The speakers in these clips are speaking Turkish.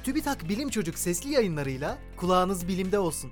TÜBİTAK Bilim Çocuk sesli yayınlarıyla kulağınız bilimde olsun.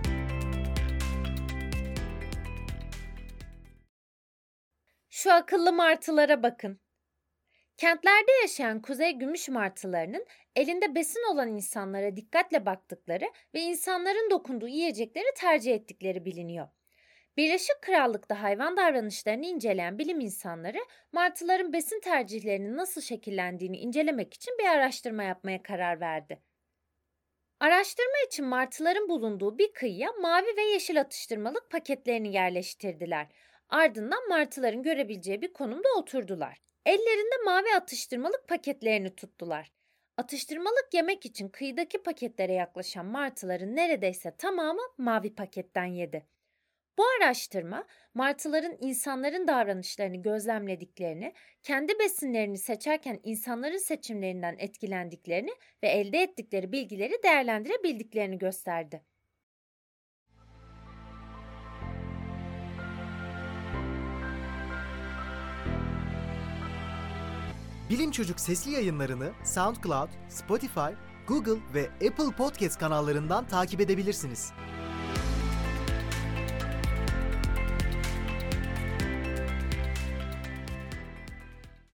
Şu akıllı martılara bakın. Kentlerde yaşayan kuzey gümüş martılarının elinde besin olan insanlara dikkatle baktıkları ve insanların dokunduğu yiyecekleri tercih ettikleri biliniyor. Birleşik Krallık'ta hayvan davranışlarını inceleyen bilim insanları martıların besin tercihlerinin nasıl şekillendiğini incelemek için bir araştırma yapmaya karar verdi. Araştırma için martıların bulunduğu bir kıyıya mavi ve yeşil atıştırmalık paketlerini yerleştirdiler. Ardından martıların görebileceği bir konumda oturdular. Ellerinde mavi atıştırmalık paketlerini tuttular. Atıştırmalık yemek için kıyıdaki paketlere yaklaşan martıların neredeyse tamamı mavi paketten yedi. Bu araştırma, martıların insanların davranışlarını gözlemlediklerini, kendi besinlerini seçerken insanların seçimlerinden etkilendiklerini ve elde ettikleri bilgileri değerlendirebildiklerini gösterdi. Bilim Çocuk sesli yayınlarını SoundCloud, Spotify, Google ve Apple Podcast kanallarından takip edebilirsiniz.